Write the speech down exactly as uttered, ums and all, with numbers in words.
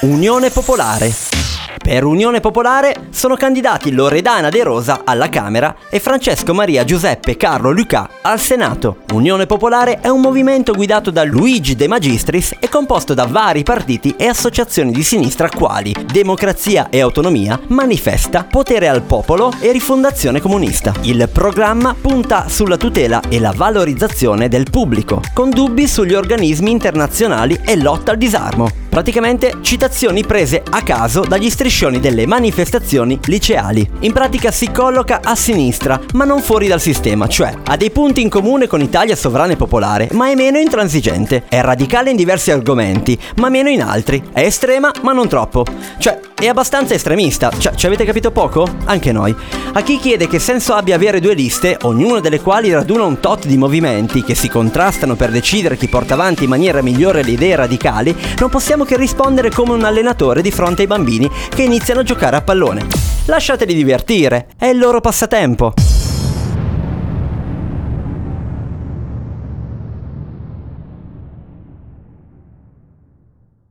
Unione Popolare. Per Unione Popolare sono candidati Loredana De Rosa alla Camera e Francesco Maria Giuseppe Carlo Lucà al Senato. Unione Popolare è un movimento guidato da Luigi De Magistris e composto da vari partiti e associazioni di sinistra quali Democrazia e Autonomia, Manifesta, Potere al Popolo e Rifondazione Comunista. Il programma punta sulla tutela e la valorizzazione del pubblico, con dubbi sugli organismi internazionali e lotta al disarmo. Praticamente citazioni prese a caso dagli striscioni delle manifestazioni liceali. In pratica si colloca a sinistra, ma non fuori dal sistema, cioè ha dei punti in comune con Italia Sovrana e Popolare, ma è meno intransigente. È radicale in diversi argomenti, ma meno in altri. È estrema, ma non troppo. Cioè, è abbastanza estremista. Cioè, ci avete capito poco? Anche noi. A chi chiede che senso abbia avere due liste, ognuna delle quali raduna un tot di movimenti che si contrastano per decidere chi porta avanti in maniera migliore le idee radicali, non possiamo che rispondere come un allenatore di fronte ai bambini che iniziano a giocare a pallone. Lasciateli divertire, è il loro passatempo.